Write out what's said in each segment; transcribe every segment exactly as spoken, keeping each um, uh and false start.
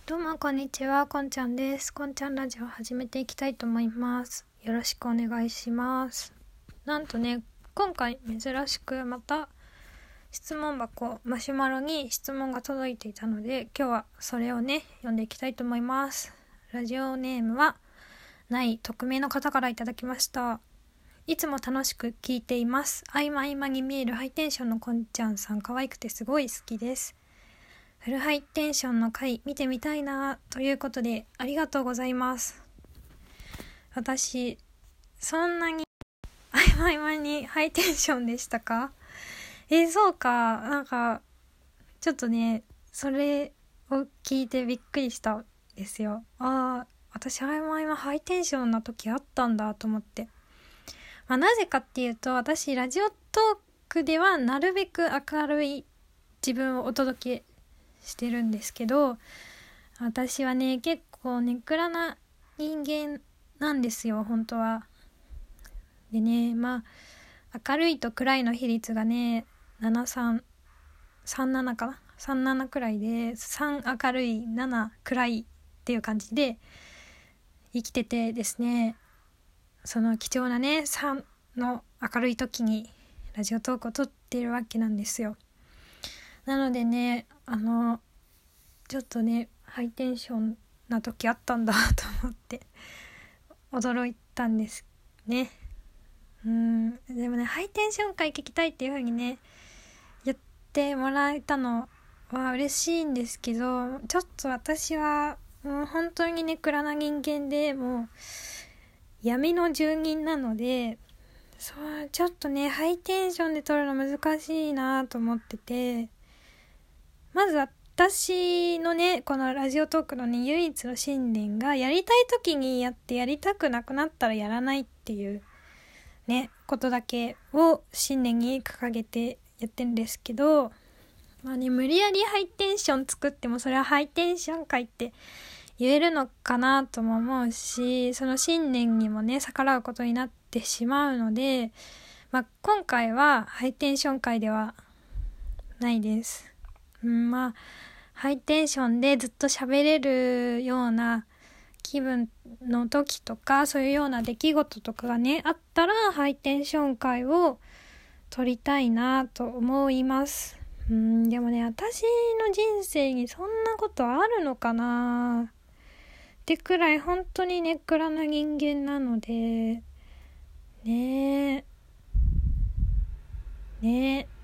どうもこんにちは、こんちゃんです。こんちゃんラジオ始めていきたいと思います。よろしくお願いします。なんとね、今回珍しくまた質問箱マシュマロに質問が届いていたので、今日はそれをね読んでいきたいと思います。ラジオネームはない匿名の方からいただきました。いつも楽しく聞いています。合間合間に見えるハイテンションのこんちゃんさん、可愛くてすごい好きです。フルハイテンションの回見てみたいなということで、ありがとうございます。私そんなに合間合間にハイテンションでしたか？えー、そうか。なんかちょっとね、それを聞いてびっくりしたんですよ。ああ、私合間合間ハイテンションな時あったんだと思って、まあ、なぜかっていうと、私ラジオトークではなるべく明るい自分をお届けしてるんですけど、私はね結構ネクラな人間なんですよ、本当は。でね、まあ明るいと暗いの比率がねななさん さんななかなさんななくらいで、さん明るいなな暗いっていう感じで生きててですね、その貴重なねさんの明るい時にラジオトークを撮っているわけなんですよ。なのでね、あのちょっとねハイテンションな時あったんだと思って驚いたんですね。うーんでもね、ハイテンション回聞きたいっていう風にね言ってもらえたのは嬉しいんですけど、ちょっと私はもう本当にね暗な人間で、もう闇の住人なので、そうちょっとねハイテンションで撮るの難しいなと思ってて、まずは私のねこのラジオトークのね唯一の信念が、やりたい時にやって、やりたくなくなったらやらないっていうねことだけを信念に掲げてやってるんですけど、まあね、無理やりハイテンション作ってもそれはハイテンション回って言えるのかなとも思うし、その信念にもね逆らうことになってしまうので、まあ今回はハイテンション回ではないです。うん、まあハイテンションでずっと喋れるような気分の時とか、そういうような出来事とかがねあったらハイテンション回を撮りたいなと思います。うん、でもね、私の人生にそんなことあるのかなってくらい本当にネクラな人間なのでねえねえ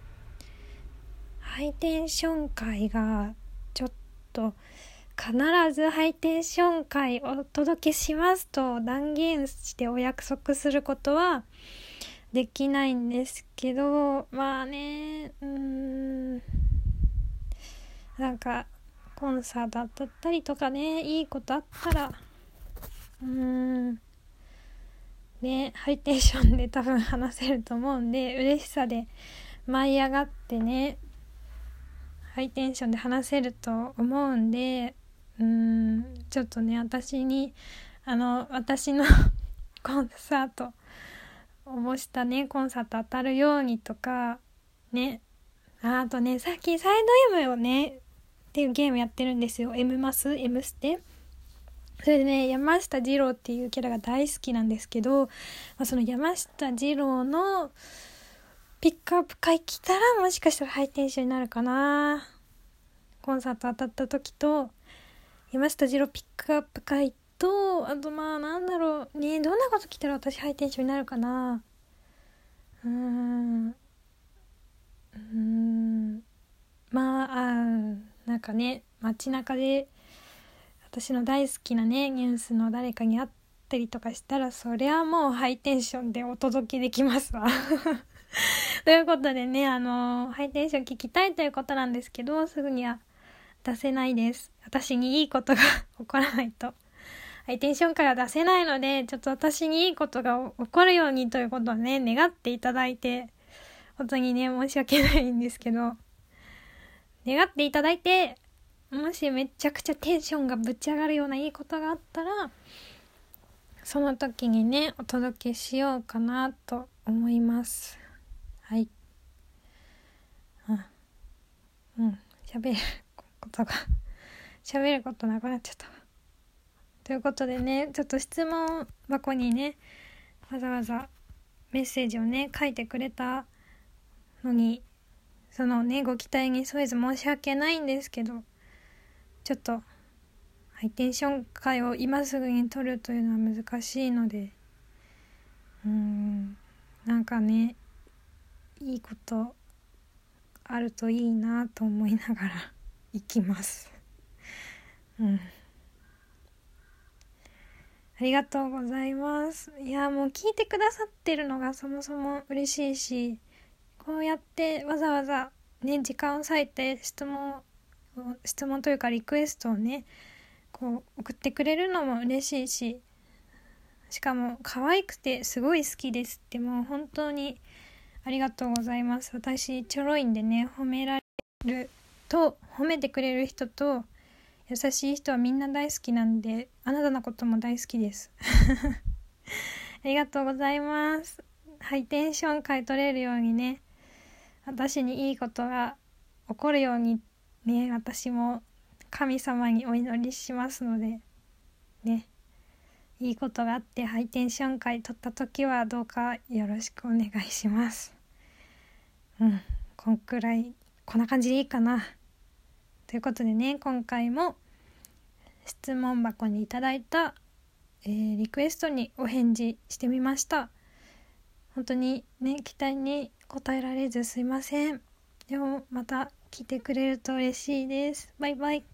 ハイテンション回がちょっと、必ずハイテンション回お届けしますと断言してお約束することはできないんですけど、まあね、うーんなんかコンサート当たったりとかね、いいことあったらうーんねハイテンションで多分話せると思うんで、嬉しさで舞い上がってねハイテンションで話せると思うんで、うーんちょっとね私にあの私のコンサート応募したねコンサート当たるようにとかね、あ, あとねさっきサイド M をねっていうゲームやってるんですよ。 M マス M ステ。それでね山下二郎っていうキャラが大好きなんですけど、まあ、その山下二郎のピックアップ会来たらもしかしたらハイテンションになるかな。コンサート当たった時と山下二郎ピックアップ会と、あとまあなんだろうね、どんなこと来たら私ハイテンションになるかな。うーんうーんまああなんかね街中で私の大好きなねニュースの誰かに会ったりとかしたら、そりゃもうハイテンションでお届けできますわということでね、あのハイテンション聞きたいということなんですけど、すぐには出せないです。私にいいことが起こらないとハイテンションから出せないので、ちょっと私にいいことが起こるようにということをね願っていただいて、本当にね申し訳ないんですけど、願っていただいて、もしめちゃくちゃテンションがぶち上がるようないいことがあったら、その時にねお届けしようかなと思います。はい。うん、うん、喋ることが喋ることなくなっちゃったということでね、ちょっと質問箱にねわざわざメッセージをね書いてくれたのに、そのねご期待に添えず申し訳ないんですけど、ちょっとハイテンション会を今すぐに撮るというのは難しいので、うーんなんかねいいことあるといいなと思いながら行きますうんありがとうございます。いやもう聞いてくださってるのがそもそも嬉しいし、こうやってわざわざね時間を割いて質問を質問というかリクエストをねこう送ってくれるのも嬉しいし、しかも可愛くてすごい好きですって、もう本当にありがとうございます。私ちょろいんでね、褒められると褒めてくれる人と優しい人はみんな大好きなんで、あなたのことも大好きですありがとうございます。ハイテンション回取れるようにね、私にいいことが起こるようにね、私も神様にお祈りしますのでね、いいことがあってハイテンション回取った時はどうかよろしくお願いします。うんこんくらいこんな感じでいいかなということでね、今回も質問箱にいただいた、えー、リクエストにお返事してみました。本当にね期待に応えられずすいません。でもまた来てくれると嬉しいです。バイバイ。